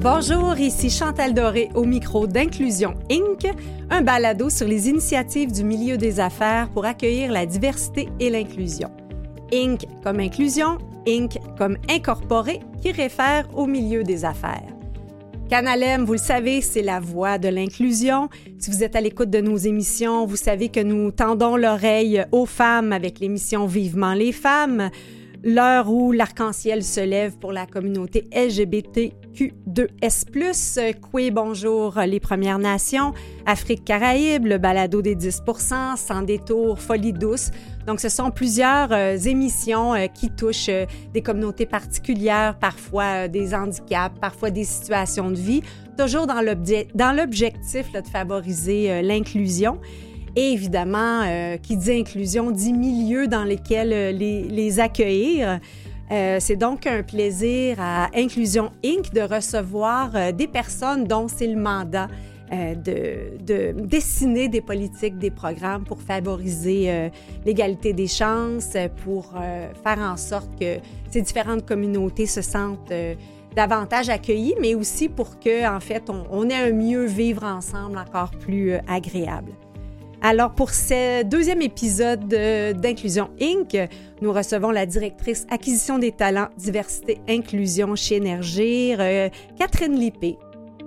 Bonjour, ici Chantal Doré au micro d'Inclusion Inc., un balado sur les initiatives du milieu des affaires pour accueillir la diversité et l'inclusion. Inc. comme inclusion, Inc. comme incorporé, qui réfère au milieu des affaires. Canalem, vous le savez, c'est la voix de l'inclusion. Si vous êtes à l'écoute de nos émissions, vous savez que nous tendons l'oreille aux femmes avec l'émission Vivement les femmes, l'heure où l'arc-en-ciel se lève pour la communauté LGBTQ2S+, Coué Bonjour les Premières Nations, Afrique-Caraïbes, le balado des 10%, Sans détour, Folie douce. Donc, ce sont plusieurs émissions qui touchent des communautés particulières, parfois des handicaps, parfois des situations de vie, toujours dans l'objectif de favoriser l'inclusion. Et évidemment, qui dit inclusion, dit milieu dans lesquels les accueillir. C'est donc un plaisir à Inclusion Inc. de recevoir des personnes dont c'est le mandat de dessiner des politiques, des programmes pour favoriser l'égalité des chances, pour faire en sorte que ces différentes communautés se sentent davantage accueillies, mais aussi pour que, en fait, on ait un mieux vivre ensemble encore plus agréable. Alors, pour ce deuxième épisode d'Inclusion Inc., nous recevons la directrice acquisition des talents, diversité, inclusion chez Énergir, Catherine Lippé.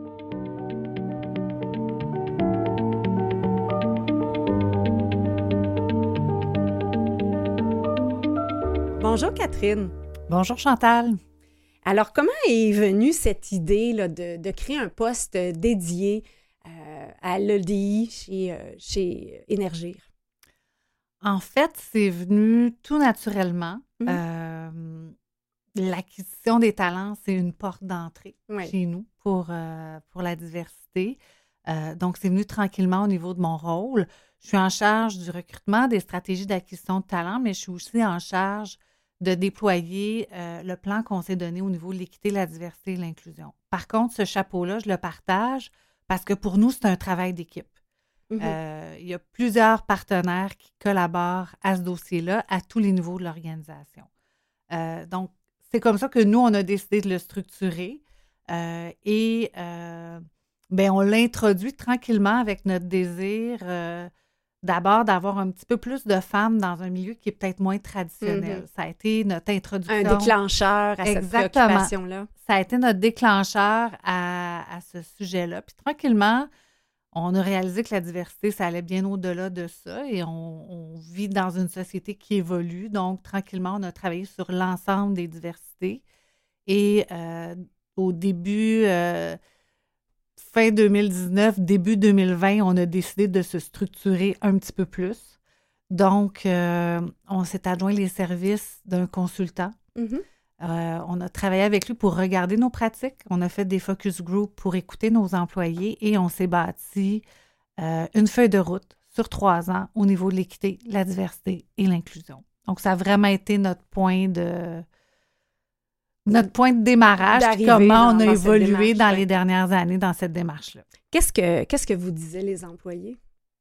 Bonjour Catherine. Bonjour Chantal. Alors, comment est venue cette idée là, de créer un poste dédié à l'EDI chez Énergir? En fait, c'est venu tout naturellement. L'acquisition des talents, c'est une porte d'entrée chez nous pour la diversité. Donc, c'est venu tranquillement au niveau de mon rôle. Je suis en charge du recrutement, des stratégies d'acquisition de talents, mais je suis aussi en charge de déployer le plan qu'on s'est donné au niveau de l'équité, la diversité et l'inclusion. Par contre, ce chapeau-là, je le partage parce que pour nous, c'est un travail d'équipe. Il y a plusieurs partenaires qui collaborent à ce dossier-là à tous les niveaux de l'organisation. Donc, c'est comme ça que nous, on a décidé de le structurer on l'introduit tranquillement avec notre désir d'abord d'avoir un petit peu plus de femmes dans un milieu qui est peut-être moins traditionnel. Ça a été notre introduction. Un déclencheur à cette préoccupation-là. Ça a été notre déclencheur à ce sujet-là. Puis tranquillement, on a réalisé que la diversité, ça allait bien au-delà de ça et on vit dans une société qui évolue. Donc, tranquillement, on a travaillé sur l'ensemble des diversités. Et au début, fin 2019, début 2020, on a décidé de se structurer un petit peu plus. Donc, on s'est adjoint les services d'un consultant. On a travaillé avec lui pour regarder nos pratiques. On a fait des focus groups pour écouter nos employés et on s'est bâti une feuille de route sur 3 ans au niveau de l'équité, la diversité et l'inclusion. Donc, ça a vraiment été notre point de démarrage, comment on a évolué dans les dernières années dans cette démarche-là. Qu'est-ce que vous disaient les employés?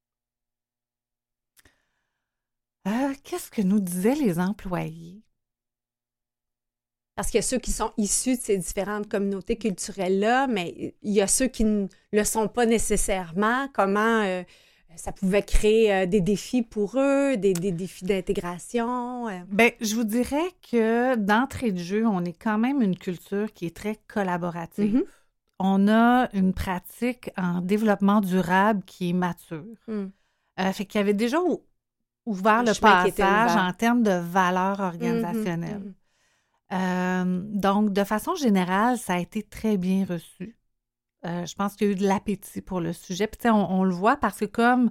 Qu'est-ce que nous disaient les employés? Parce qu'il y a ceux qui sont issus de ces différentes communautés culturelles-là, mais il y a ceux qui ne le sont pas nécessairement. Comment ça pouvait créer des défis pour eux, des défis d'intégration? Bien, je vous dirais que d'entrée de jeu, on est quand même une culture qui est très collaborative. On a une pratique en développement durable qui est mature. Fait qu'il y avait déjà ouvert le passage en termes de valeurs organisationnelles. Donc, de façon générale, ça a été très bien reçu. Je pense qu'il y a eu de l'appétit pour le sujet. Puis, on le voit parce que comme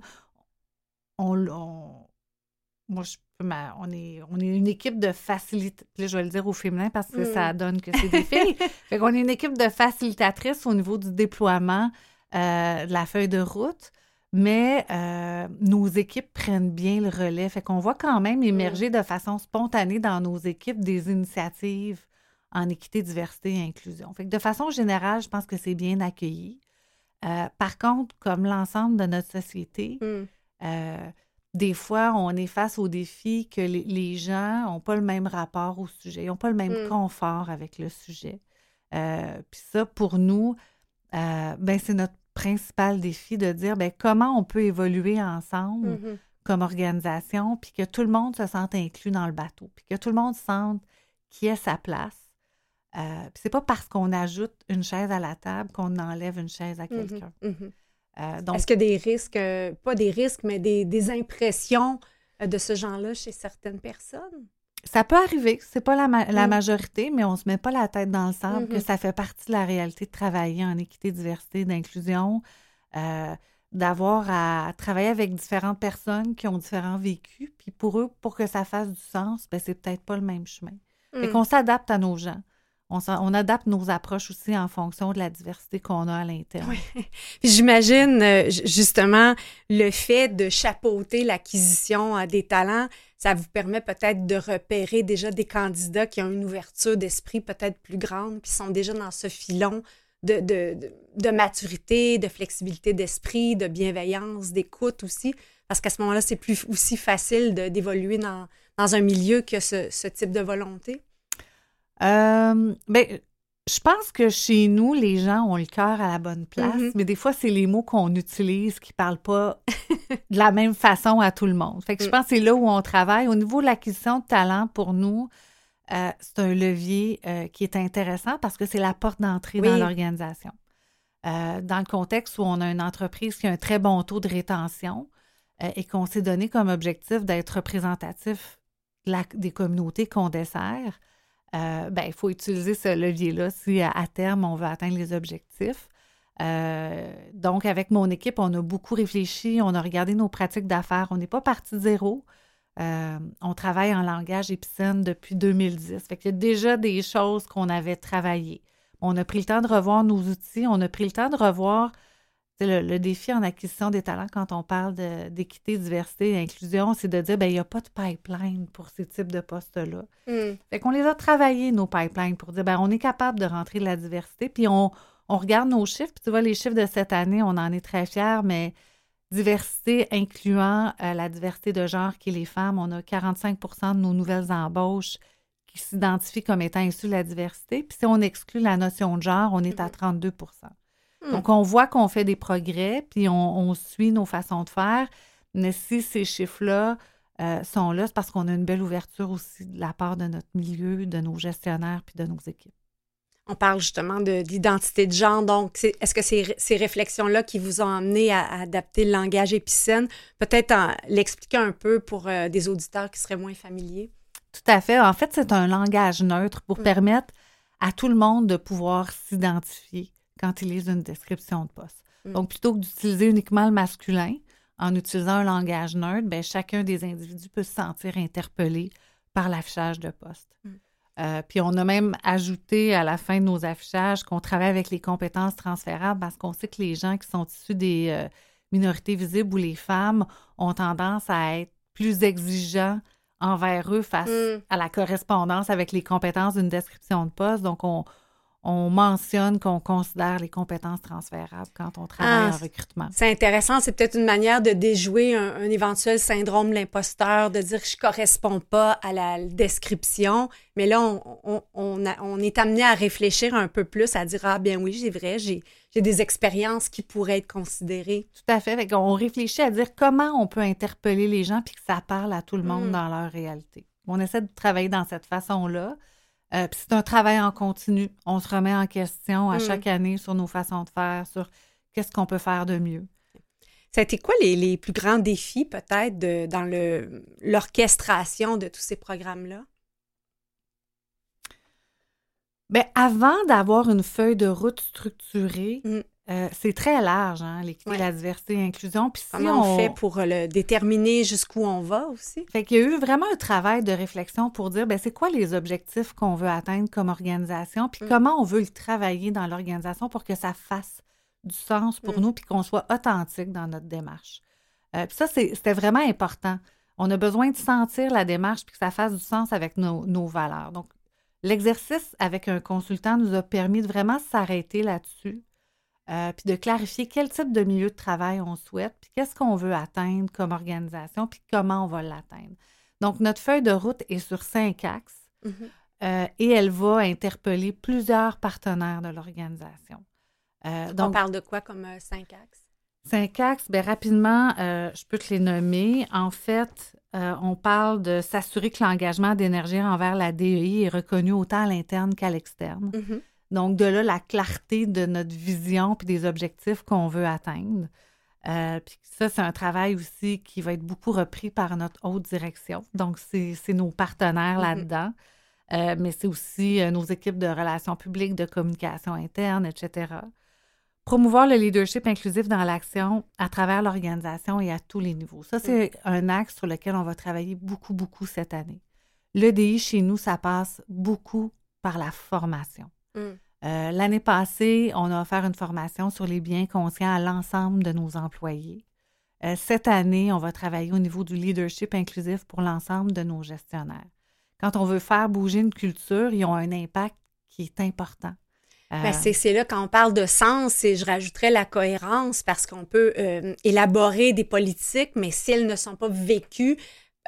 on est une équipe de facilitatrices, je vais le dire au féminin parce que ça donne que c'est des filles. Fait qu'on est une équipe de facilitatrices au niveau du déploiement de la feuille de route. Mais nos équipes prennent bien le relais. Fait qu'on voit quand même émerger de façon spontanée dans nos équipes des initiatives en équité, diversité et inclusion. Fait que de façon générale, je pense que c'est bien accueilli. Par contre, comme l'ensemble de notre société, des fois, on est face au défi que les gens n'ont pas le même rapport au sujet, ils n'ont pas le même confort avec le sujet. Puis ça, pour nous, c'est notre principal défi de dire comment on peut évoluer ensemble comme organisation, puis que tout le monde se sente inclus dans le bateau, puis que tout le monde sente qui est sa place. Puis c'est pas parce qu'on ajoute une chaise à la table qu'on enlève une chaise à quelqu'un. Donc, est-ce qu'il y a des risques, pas des risques, mais des impressions de ce genre-là chez certaines personnes? Ça peut arriver, c'est pas la majorité, mais on se met pas la tête dans le sable que ça fait partie de la réalité de travailler en équité, diversité, d'inclusion, d'avoir à travailler avec différentes personnes qui ont différents vécus, puis pour eux, pour que ça fasse du sens, c'est peut-être pas le même chemin. Fait qu'on s'adapte à nos gens. On adapte nos approches aussi en fonction de la diversité qu'on a à l'interne. Oui. Puis j'imagine, justement, le fait de chapeauter l'acquisition des talents, ça vous permet peut-être de repérer déjà des candidats qui ont une ouverture d'esprit peut-être plus grande, puis sont déjà dans ce filon de maturité, de flexibilité d'esprit, de bienveillance, d'écoute aussi, parce qu'à ce moment-là, c'est plus aussi facile d'évoluer dans un milieu que ce type de volonté. Je pense que chez nous, les gens ont le cœur à la bonne place, mais des fois, c'est les mots qu'on utilise qui ne parlent pas de la même façon à tout le monde. Fait que je pense que c'est là où on travaille. Au niveau de l'acquisition de talent, pour nous, c'est un levier qui est intéressant parce que c'est la porte d'entrée dans l'organisation. Dans le contexte où on a une entreprise qui a un très bon taux de rétention et qu'on s'est donné comme objectif d'être représentatif des communautés qu'on dessert, il faut utiliser ce levier-là si à terme, on veut atteindre les objectifs. Donc, avec mon équipe, on a beaucoup réfléchi, on a regardé nos pratiques d'affaires. On n'est pas parti de zéro. On travaille en langage Epicène depuis 2010. Fait qu'il y a déjà des choses qu'on avait travaillées. On a pris le temps de revoir nos outils. On a pris le temps de revoir le défi en acquisition des talents quand on parle d'équité, diversité et inclusion, c'est de dire, il n'y a pas de pipeline pour ces types de postes-là. Fait qu'on les a travaillés, nos pipelines, pour dire, on est capable de rentrer de la diversité. Puis on regarde nos chiffres, puis tu vois, les chiffres de cette année, on en est très fiers, mais diversité incluant la diversité de genre qui est les femmes, on a 45 % de nos nouvelles embauches qui s'identifient comme étant issues de la diversité. Puis si on exclut la notion de genre, on est à 32 %. Donc, on voit qu'on fait des progrès, puis on suit nos façons de faire. Mais si ces chiffres-là sont là, c'est parce qu'on a une belle ouverture aussi de la part de notre milieu, de nos gestionnaires puis de nos équipes. On parle justement d'identité de genre. Donc, est-ce que c'est ces réflexions-là qui vous ont amené à adapter le langage Épicène? Peut-être l'expliquer un peu pour des auditeurs qui seraient moins familiers. Tout à fait. En fait, c'est un langage neutre pour permettre à tout le monde de pouvoir s'identifier quand il lise une description de poste. Donc, plutôt que d'utiliser uniquement le masculin, en utilisant un langage neutre, chacun des individus peut se sentir interpellé par l'affichage de poste. Puis on a même ajouté à la fin de nos affichages qu'on travaille avec les compétences transférables parce qu'on sait que les gens qui sont issus des minorités visibles ou les femmes ont tendance à être plus exigeants envers eux face à la correspondance avec les compétences d'une description de poste. Donc, on mentionne qu'on considère les compétences transférables quand on travaille en recrutement. C'est intéressant. C'est peut-être une manière de déjouer un éventuel syndrome de l'imposteur, de dire que je ne corresponds pas à la description. Mais là, on est amené à réfléchir un peu plus, à dire « Ah, bien oui, c'est vrai, j'ai des expériences qui pourraient être considérées. » Tout à fait. On réfléchit à dire comment on peut interpeller les gens puis que ça parle à tout le monde dans leur réalité. On essaie de travailler dans cette façon-là. Puis c'est un travail en continu. On se remet en question à chaque année sur nos façons de faire, sur qu'est-ce qu'on peut faire de mieux. Ça a été quoi les plus grands défis, peut-être, dans l'orchestration de tous ces programmes-là? Avant d'avoir une feuille de route structurée, c'est très large, l'équité, la diversité et l'inclusion. Puis comment on fait pour le déterminer jusqu'où on va aussi? Fait qu'il y a eu vraiment un travail de réflexion pour dire, c'est quoi les objectifs qu'on veut atteindre comme organisation, puis comment on veut le travailler dans l'organisation pour que ça fasse du sens pour nous, puis qu'on soit authentique dans notre démarche. Puis ça, c'était vraiment important. On a besoin de sentir la démarche, puis que ça fasse du sens avec nos valeurs. Donc, l'exercice avec un consultant nous a permis de vraiment s'arrêter là-dessus, puis de clarifier quel type de milieu de travail on souhaite, puis qu'est-ce qu'on veut atteindre comme organisation, puis comment on va l'atteindre. Donc, notre feuille de route est sur 5 axes. et elle va interpeller plusieurs partenaires de l'organisation. On parle de quoi comme 5 axes? 5 axes, bien rapidement, je peux te les nommer. En fait, on parle de s'assurer que l'engagement d'énergie envers la DEI est reconnu autant à l'interne qu'à l'externe. Mm-hmm. Donc, de là, la clarté de notre vision puis des objectifs qu'on veut atteindre. Puis ça, c'est un travail aussi qui va être beaucoup repris par notre haute direction. Donc, c'est nos partenaires là-dedans. Mais c'est aussi nos équipes de relations publiques, de communication interne, etc. Promouvoir le leadership inclusif dans l'action à travers l'organisation et à tous les niveaux. Ça, c'est un axe sur lequel on va travailler beaucoup, beaucoup cette année. L'EDI, chez nous, ça passe beaucoup par la formation. L'année passée, on a offert une formation sur les biens conscients à l'ensemble de nos employés. Cette année, on va travailler au niveau du leadership inclusif pour l'ensemble de nos gestionnaires. Quand on veut faire bouger une culture, ils ont un impact qui est important. C'est là quand on parle de sens, et je rajouterais la cohérence parce qu'on peut élaborer des politiques, mais si elles ne sont pas vécues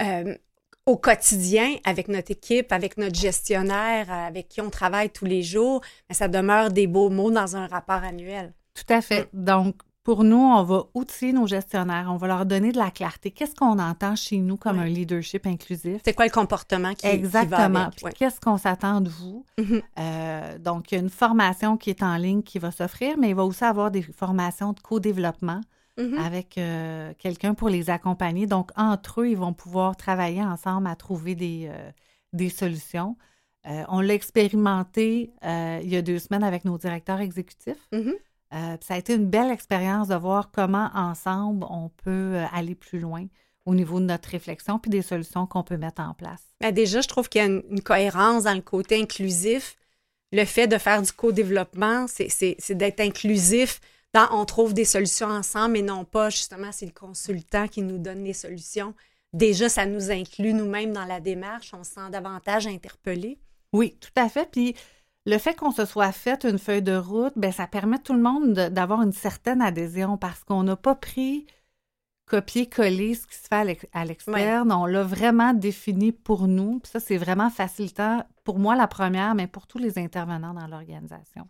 au quotidien avec notre équipe, avec notre gestionnaire, avec qui on travaille tous les jours, ça demeure des beaux mots dans un rapport annuel. Tout à fait. Donc, pour nous, on va outiller nos gestionnaires, on va leur donner de la clarté. Qu'est-ce qu'on entend chez nous comme un leadership inclusif? C'est quoi le comportement qui va avec? Exactement. Puis qu'est-ce qu'on s'attend de vous? Donc, il y a une formation qui est en ligne qui va s'offrir, mais il va aussi avoir des formations de co-développement avec quelqu'un pour les accompagner. Donc, entre eux, ils vont pouvoir travailler ensemble à trouver des solutions. On l'a expérimenté il y a 2 semaines avec nos directeurs exécutifs. Ça a été une belle expérience de voir comment, ensemble, on peut aller plus loin au niveau de notre réflexion puis des solutions qu'on peut mettre en place. Bien, déjà, je trouve qu'il y a une cohérence dans le côté inclusif. Le fait de faire du co-développement, c'est d'être inclusif on trouve des solutions ensemble et non pas, justement, c'est le consultant qui nous donne les solutions. Déjà, ça nous inclut nous-mêmes dans la démarche. On se sent davantage interpellé. Oui, tout à fait. Puis, le fait qu'on se soit fait une feuille de route, bien, ça permet à tout le monde d'avoir une certaine adhésion parce qu'on n'a pas pris copier-coller ce qui se fait à l'externe. On l'a vraiment défini pour nous. Puis ça, c'est vraiment facilitant pour moi, la première, mais pour tous les intervenants dans l'organisation.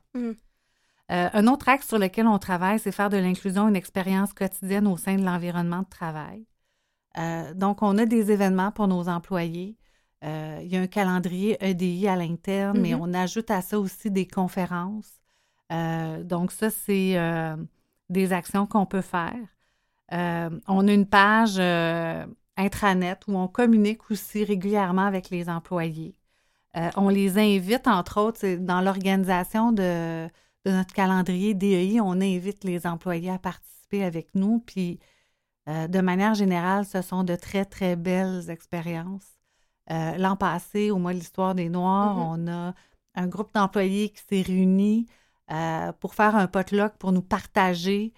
Un autre axe sur lequel on travaille, c'est faire de l'inclusion une expérience quotidienne au sein de l'environnement de travail. Donc, on a des événements pour nos employés. Il y a un calendrier EDI à l'interne, mais on ajoute à ça aussi des conférences. Donc, ça, c'est des actions qu'on peut faire. On a une page intranet où on communique aussi régulièrement avec les employés. On les invite, entre autres, dans l'organisation de notre calendrier DEI, on invite les employés à participer avec nous. Puis, de manière générale, ce sont de très, très belles expériences. L'an passé, au mois de l'Histoire des Noirs, on a un groupe d'employés qui s'est réuni pour faire un potluck pour nous partager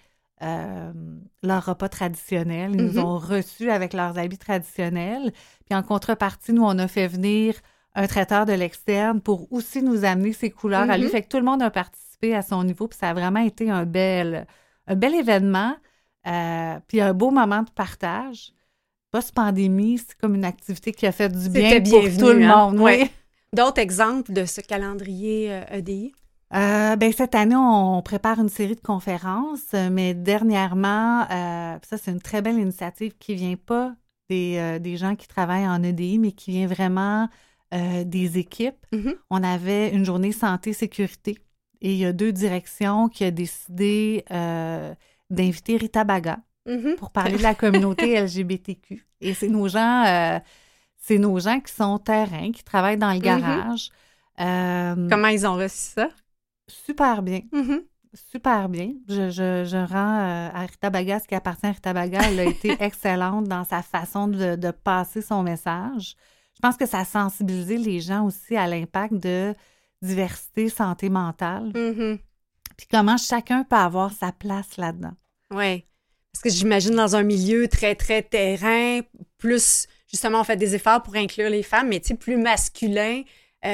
leur repas traditionnel. Ils nous ont reçus avec leurs habits traditionnels. Puis en contrepartie, nous, on a fait venir un traiteur de l'externe pour aussi nous amener ses couleurs à lui. Fait que tout le monde a participé à son niveau. Puis ça a vraiment été un bel événement. Puis un beau moment de partage. Post-pandémie, c'est comme une activité qui a fait du bien pour tout le monde. Oui. D'autres exemples de ce calendrier EDI? Bien, cette année, on prépare une série de conférences, mais dernièrement, ça, c'est une très belle initiative qui ne vient pas des gens qui travaillent en EDI, mais qui vient vraiment des équipes. On avait une journée santé-sécurité et il y a 2 directions qui ont décidé d'inviter Rita Baga pour parler de la communauté LGBTQ. Et c'est nos gens qui sont terrain, qui travaillent dans le garage. Comment ils ont reçu ça? Super bien. Super bien. Je rends à Rita Baga ce qui appartient à Rita Baga. Elle a été excellente dans sa façon de passer son message. Je pense que ça a sensibilisé les gens aussi à l'impact de diversité, santé mentale. Puis comment chacun peut avoir sa place là-dedans. Oui. Parce que j'imagine dans un milieu très, très terrain, plus, justement, on fait des efforts pour inclure les femmes, mais tu sais, plus masculin,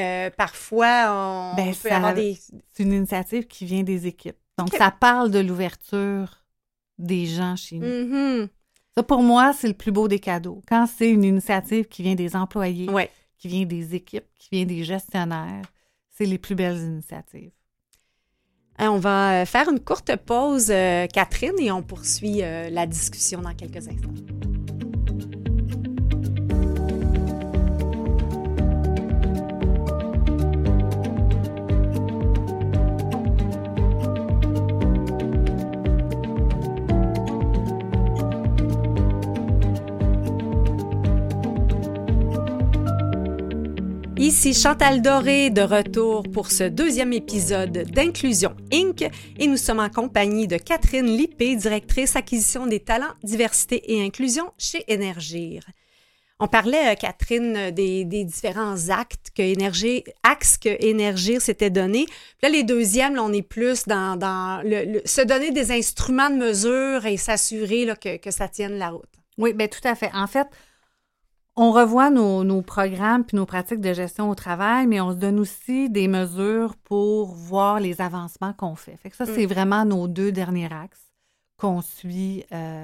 parfois, on peut avoir des... C'est une initiative qui vient des équipes. Donc, ça parle de l'ouverture des gens chez nous. Ça, pour moi, c'est le plus beau des cadeaux. Quand c'est une initiative qui vient des employés, qui vient des équipes, qui vient des gestionnaires, c'est les plus belles initiatives. On va faire une courte pause, Catherine, et on poursuit la discussion dans quelques instants. Ici Chantal Doré, de retour pour ce deuxième épisode d'Inclusion Inc. Et nous sommes en compagnie de Catherine Lippé, directrice acquisition des talents, diversité et inclusion chez Énergir. On parlait, Catherine, des différents axes que Énergir s'était donné. Puis là, les deuxièmes, là, on est plus dans se donner des instruments de mesure et s'assurer là, que ça tienne la route. Oui, bien tout à fait. En fait, on revoit nos programmes puis nos pratiques de gestion au travail, mais on se donne aussi des mesures pour voir les avancements qu'on fait. Fait que ça, c'est vraiment nos 2 derniers axes qu'on suit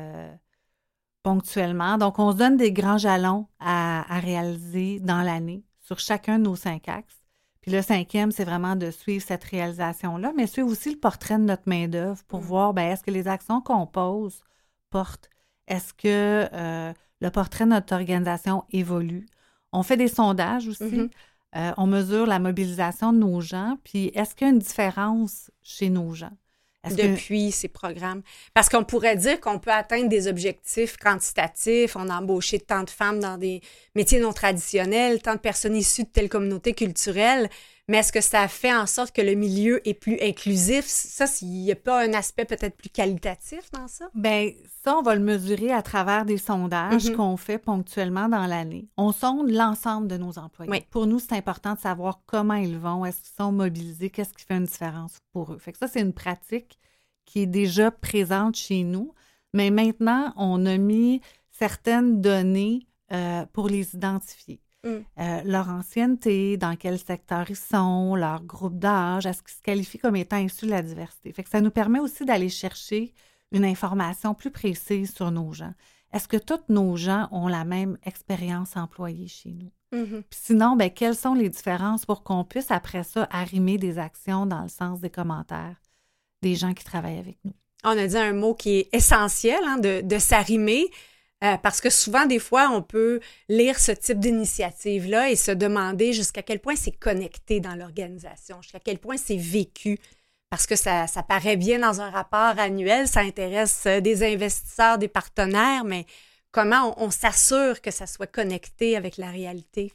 ponctuellement. Donc, on se donne des grands jalons à réaliser dans l'année sur chacun de nos 5 axes. Puis le 5e, c'est vraiment de suivre cette réalisation-là, mais suivre aussi le portrait de notre main-d'œuvre pour voir, bien, est-ce que les actions qu'on pose portent? Est-ce que le portrait de notre organisation évolue? On fait des sondages aussi. On mesure la mobilisation de nos gens. Puis, est-ce qu'il y a une différence chez nos gens? Depuis ces programmes. Parce qu'on pourrait dire qu'on peut atteindre des objectifs quantitatifs. On a embauché tant de femmes dans des métiers non traditionnels, tant de personnes issues de telle communauté culturelle. Mais est-ce que ça fait en sorte que le milieu est plus inclusif? Ça, s'il n'y a pas un aspect peut-être plus qualitatif dans ça? Bien, ça, on va le mesurer à travers des sondages qu'on fait ponctuellement dans l'année. On sonde l'ensemble de nos employés. Oui. Pour nous, c'est important de savoir comment ils vont, est-ce qu'ils sont mobilisés, qu'est-ce qui fait une différence pour eux. Fait que ça, c'est une pratique qui est déjà présente chez nous. Mais maintenant, on a mis certaines données pour les identifier. Leur ancienneté, dans quel secteur ils sont, leur groupe d'âge, est-ce qu'ils se qualifient comme étant issus de la diversité. Fait que ça nous permet aussi d'aller chercher une information plus précise sur nos gens. Est-ce que tous nos gens ont la même expérience employée chez nous? Puis sinon, bien, quelles sont les différences pour qu'on puisse, après ça, arrimer des actions dans le sens des commentaires des gens qui travaillent avec nous? On a dit un mot qui est essentiel, hein, de s'arrimer. Parce que souvent, des fois, on peut lire ce type d'initiative-là et se demander jusqu'à quel point c'est connecté dans l'organisation, jusqu'à quel point c'est vécu. Parce que ça paraît bien dans un rapport annuel, ça intéresse des investisseurs, des partenaires, mais comment on s'assure que ça soit connecté avec la réalité?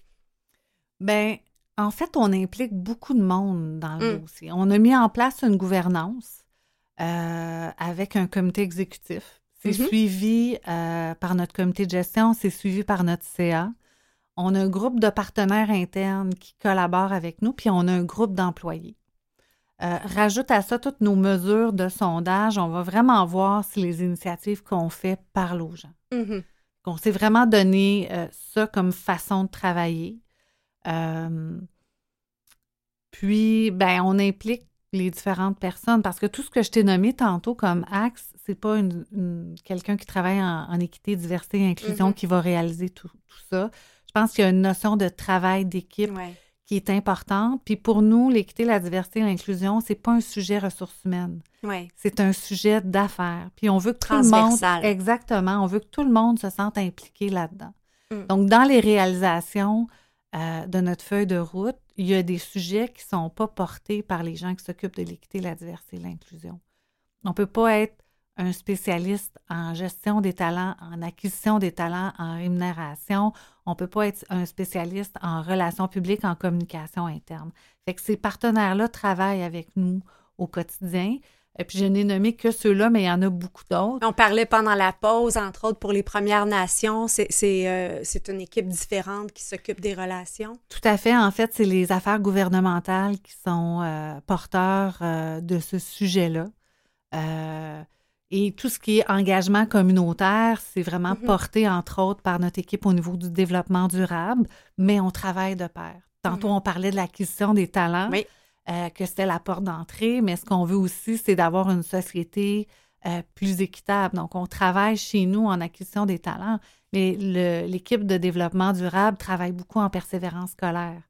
Bien, en fait, on implique beaucoup de monde dans le dossier. On a mis en place une gouvernance avec un comité exécutif. C'est suivi par notre comité de gestion, c'est suivi par notre CA. On a un groupe de partenaires internes qui collaborent avec nous, puis on a un groupe d'employés. Rajoute à ça toutes nos mesures de sondage. On va vraiment voir si les initiatives qu'on fait parlent aux gens. On s'est vraiment donné ça comme façon de travailler. Puis, ben, on implique les différentes personnes, parce que tout ce que je t'ai nommé tantôt comme axe, c'est pas quelqu'un qui travaille en équité, diversité et inclusion qui va réaliser tout ça. Je pense qu'il y a une notion de travail d'équipe qui est importante. Puis pour nous, l'équité, la diversité et l'inclusion, c'est pas un sujet ressources humaines. C'est un sujet d'affaires. Puis on veut que tout le monde... Exactement. On veut que tout le monde se sente impliqué là-dedans. Donc, dans les réalisations de notre feuille de route, il y a des sujets qui ne sont pas portés par les gens qui s'occupent de l'équité, la diversité et l'inclusion. On ne peut pas être un spécialiste en gestion des talents, en acquisition des talents, en rémunération. On ne peut pas être un spécialiste en relations publiques, en communication interne. Fait que ces partenaires-là travaillent avec nous au quotidien. Et puis, je n'ai nommé que ceux-là, mais il y en a beaucoup d'autres. On parlait pendant la pause, entre autres, pour les Premières Nations. C'est une équipe différente qui s'occupe des relations. Tout à fait. En fait, c'est les affaires gouvernementales qui sont porteurs de ce sujet-là. Et tout ce qui est engagement communautaire, c'est vraiment porté, entre autres, par notre équipe au niveau du développement durable, mais on travaille de pair. Tantôt, on parlait de l'acquisition des talents. Que c'était la porte d'entrée, mais ce qu'on veut aussi, c'est d'avoir une société plus équitable. Donc, on travaille chez nous en acquisition des talents. L'équipe de développement durable travaille beaucoup en persévérance scolaire.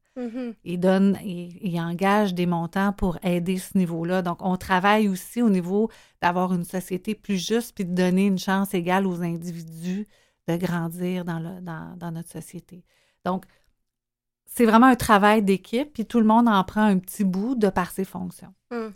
Et engage des montants pour aider ce niveau-là. Donc, on travaille aussi au niveau d'avoir une société plus juste puis de donner une chance égale aux individus de grandir dans notre société. Donc, c'est vraiment un travail d'équipe, puis tout le monde en prend un petit bout de par ses fonctions.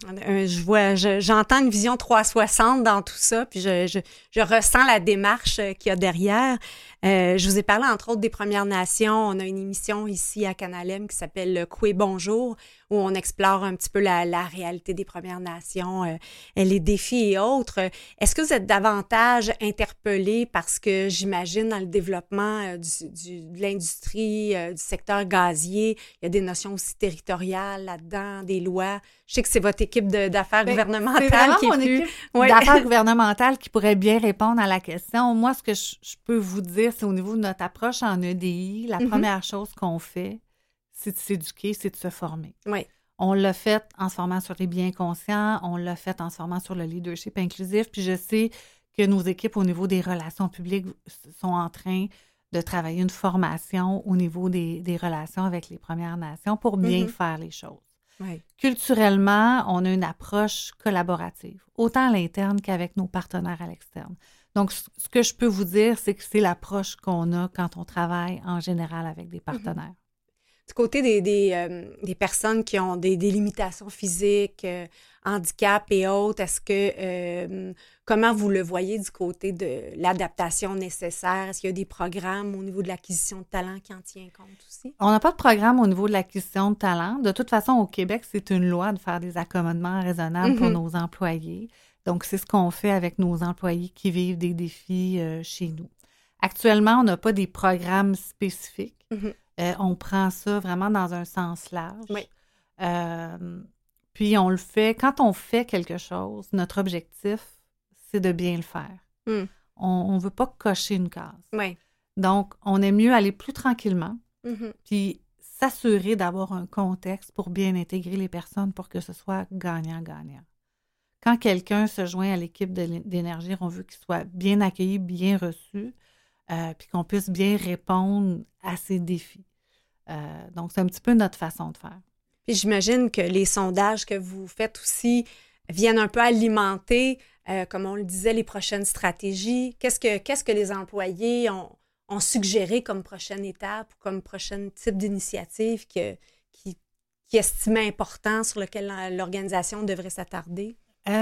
J'entends une vision 360 dans tout ça, puis je ressens la démarche qu'il y a derrière. Je vous ai parlé, entre autres, des Premières Nations. On a une émission ici à Canal M qui s'appelle « Coué Bonjour », où on explore un petit peu la réalité des Premières Nations, les défis et autres. Est-ce que vous êtes davantage interpellé parce que, j'imagine, dans le développement de l'industrie, du secteur gazier, il y a des notions aussi territoriales là-dedans, des lois. Je sais que c'est votre équipe d'affaires gouvernementales qui est plus... Équipe d'affaires gouvernementales qui pourrait bien répondre à la question. Moi, ce que je peux vous dire, c'est au niveau de notre approche en EDI, la première chose qu'on fait, c'est de s'éduquer, c'est de se former. Oui. On l'a fait en se formant sur les biens conscients, on l'a fait en se formant sur le leadership inclusif, puis je sais que nos équipes au niveau des relations publiques sont en train de travailler une formation au niveau des relations avec les Premières Nations pour bien faire les choses. Oui. Culturellement, on a une approche collaborative, autant à l'interne qu'avec nos partenaires à l'externe. Donc, ce que je peux vous dire, c'est que c'est l'approche qu'on a quand on travaille en général avec des partenaires. Du côté des personnes qui ont des limitations physiques, handicap et autres, est-ce que comment vous le voyez du côté de l'adaptation nécessaire? Est-ce qu'il y a des programmes au niveau de l'acquisition de talent qui en tient compte aussi? On n'a pas de programme au niveau de l'acquisition de talent. De toute façon, au Québec, c'est une loi de faire des accommodements raisonnables pour nos employés. Donc, c'est ce qu'on fait avec nos employés qui vivent des défis chez nous. Actuellement, on n'a pas des programmes spécifiques. On prend ça vraiment dans un sens large. Oui. Puis, on le fait. Quand on fait quelque chose, notre objectif, c'est de bien le faire. On ne veut pas cocher une case. Oui. Donc, on aime mieux aller plus tranquillement, puis s'assurer d'avoir un contexte pour bien intégrer les personnes pour que ce soit gagnant-gagnant. Quand quelqu'un se joint à l'équipe d'énergie, on veut qu'il soit bien accueilli, bien reçu, puis qu'on puisse bien répondre à ses défis. Donc, c'est un petit peu notre façon de faire. Puis j'imagine que les sondages que vous faites aussi viennent un peu alimenter, comme on le disait, les prochaines stratégies. Qu'est-ce que les employés ont suggéré comme prochaine étape ou comme prochain type d'initiative qui estimait important, sur lequel l'organisation devrait s'attarder?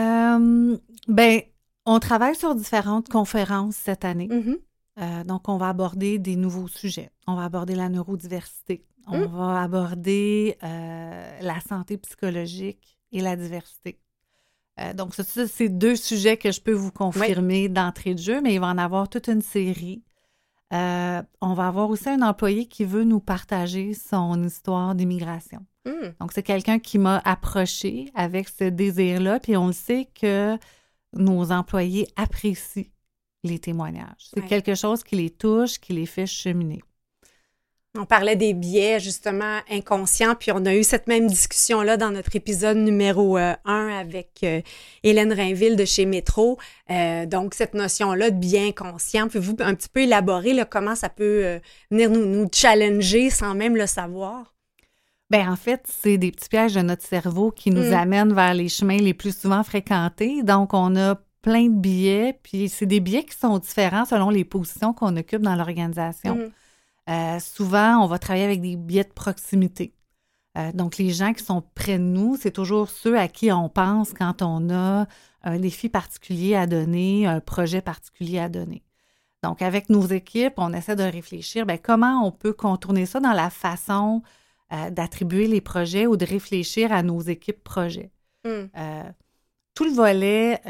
On travaille sur différentes conférences cette année. Donc, on va aborder des nouveaux sujets. On va aborder la neurodiversité. On va aborder la santé psychologique et la diversité. Donc, ça, c'est deux sujets que je peux vous confirmer d'entrée de jeu, mais il va en avoir toute une série. On va avoir aussi un employé qui veut nous partager son histoire d'immigration. Donc, c'est quelqu'un qui m'a approché avec ce désir-là, puis on le sait que nos employés apprécient les témoignages. C'est quelque chose qui les touche, qui les fait cheminer. On parlait des biais, justement, inconscients, puis on a eu cette même discussion-là dans notre épisode numéro 1 avec Hélène Rainville de chez Métro. Donc, cette notion-là de biais inconscient, pouvez-vous un petit peu élaborer là, comment ça peut venir nous challenger sans même le savoir? Bien, en fait, c'est des petits pièges de notre cerveau qui nous amènent vers les chemins les plus souvent fréquentés. Donc, on a plein de biais, puis c'est des biais qui sont différents selon les positions qu'on occupe dans l'organisation. Souvent, on va travailler avec des biais de proximité. Donc, les gens qui sont près de nous, c'est toujours ceux à qui on pense quand on a un défi particulier à donner, un projet particulier à donner. Donc, avec nos équipes, on essaie de réfléchir, comment on peut contourner ça dans la façon d'attribuer les projets ou de réfléchir à nos équipes projets. Tout le volet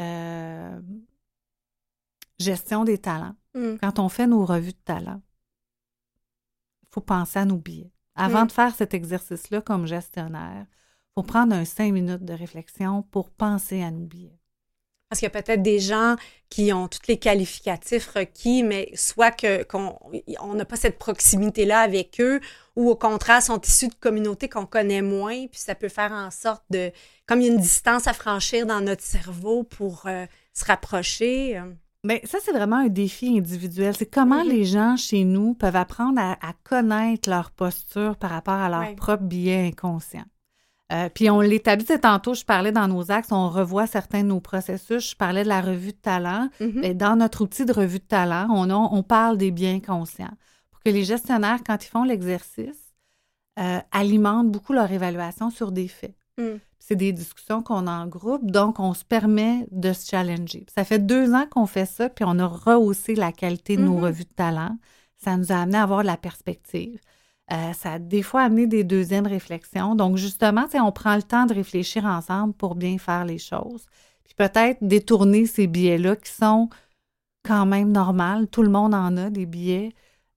gestion des talents, quand on fait nos revues de talents, il faut penser à nos biais. Avant de faire cet exercice-là comme gestionnaire, il faut prendre 5 minutes de réflexion pour penser à nos biais. Parce qu'il y a peut-être des gens qui ont tous les qualificatifs requis, mais soit qu'on n'a pas cette proximité-là avec eux, ou au contraire, sont issus de communautés qu'on connaît moins, puis ça peut faire en sorte comme il y a une distance à franchir dans notre cerveau pour se rapprocher? Bien, ça, c'est vraiment un défi individuel. C'est comment les gens chez nous peuvent apprendre à connaître leur posture par rapport à leur propre biais inconscient. Puis on l'établit, tantôt, je parlais dans nos axes, on revoit certains de nos processus. Je parlais de la revue de talent. Bien, dans notre outil de revue de talent, on parle des biais inconscients pour que les gestionnaires, quand ils font l'exercice, alimentent beaucoup leur évaluation sur des faits. C'est des discussions qu'on a en groupe, donc on se permet de se challenger. Ça fait 2 ans qu'on fait ça, puis on a rehaussé la qualité de nos revues de talent. Ça nous a amené à avoir de la perspective. Ça a des fois amené des deuxièmes réflexions. Donc, justement, on prend le temps de réfléchir ensemble pour bien faire les choses. Puis peut-être détourner ces biais-là qui sont quand même normaux. Tout le monde en a, des biais.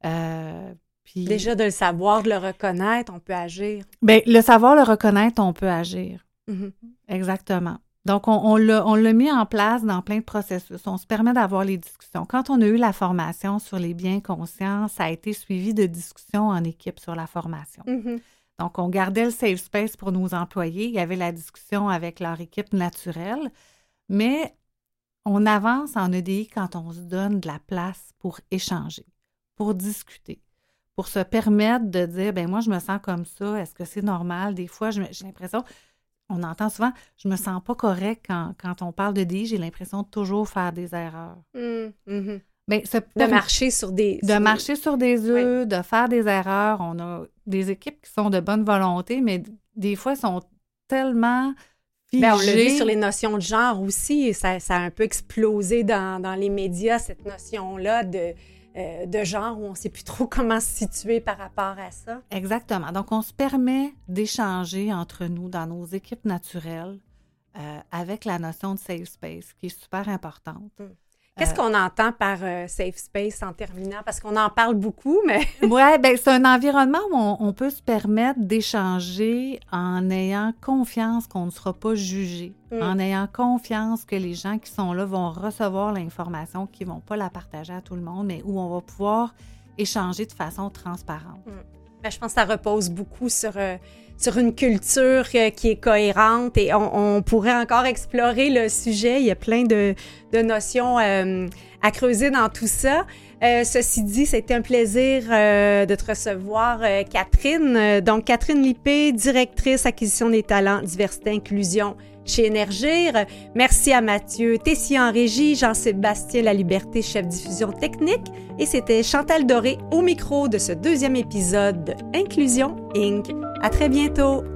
Puis... Déjà, de le savoir, de le reconnaître, on peut agir. Bien, le savoir, le reconnaître, on peut agir. Exactement. Donc, on l'a mis en place dans plein de processus. On se permet d'avoir les discussions. Quand on a eu la formation sur les biens conscients, ça a été suivi de discussions en équipe sur la formation. Donc, on gardait le safe space pour nos employés. Il y avait la discussion avec leur équipe naturelle. Mais on avance en EDI quand on se donne de la place pour échanger, pour discuter, pour se permettre de dire, bien, moi, je me sens comme ça. Est-ce que c'est normal? Des fois, j'ai l'impression... On entend souvent, je me sens pas correct quand on parle de DI, j'ai l'impression de toujours faire des erreurs. Bien, de marcher sur des... marcher sur des œufs, de faire des erreurs. On a des équipes qui sont de bonne volonté, mais des fois, sont tellement figées. Bien, on l'a vu sur les notions de genre aussi, et ça a un peu explosé dans les médias, cette notion-là de genre où on ne sait plus trop comment se situer par rapport à ça. Exactement. Donc, on se permet d'échanger entre nous dans nos équipes naturelles avec la notion de safe space, qui est super importante. Qu'est-ce qu'on entend par safe space en terminant? Parce qu'on en parle beaucoup, mais... Oui, bien, c'est un environnement où on peut se permettre d'échanger en ayant confiance qu'on ne sera pas jugé, en ayant confiance que les gens qui sont là vont recevoir l'information, qu'ils ne vont pas la partager à tout le monde, mais où on va pouvoir échanger de façon transparente. Bien, je pense que ça repose beaucoup sur une culture qui est cohérente et on pourrait encore explorer le sujet. Il y a plein de notions à creuser dans tout ça. Ceci dit, c'était un plaisir de te recevoir, Catherine. Donc, Catherine Lippé, directrice acquisition des talents, diversité, inclusion chez Énergir. Merci à Mathieu Tessier en régie, Jean-Sébastien Laliberté, chef diffusion technique. Et c'était Chantal Doré au micro de ce 2e épisode de Inclusion Inc. À très bientôt!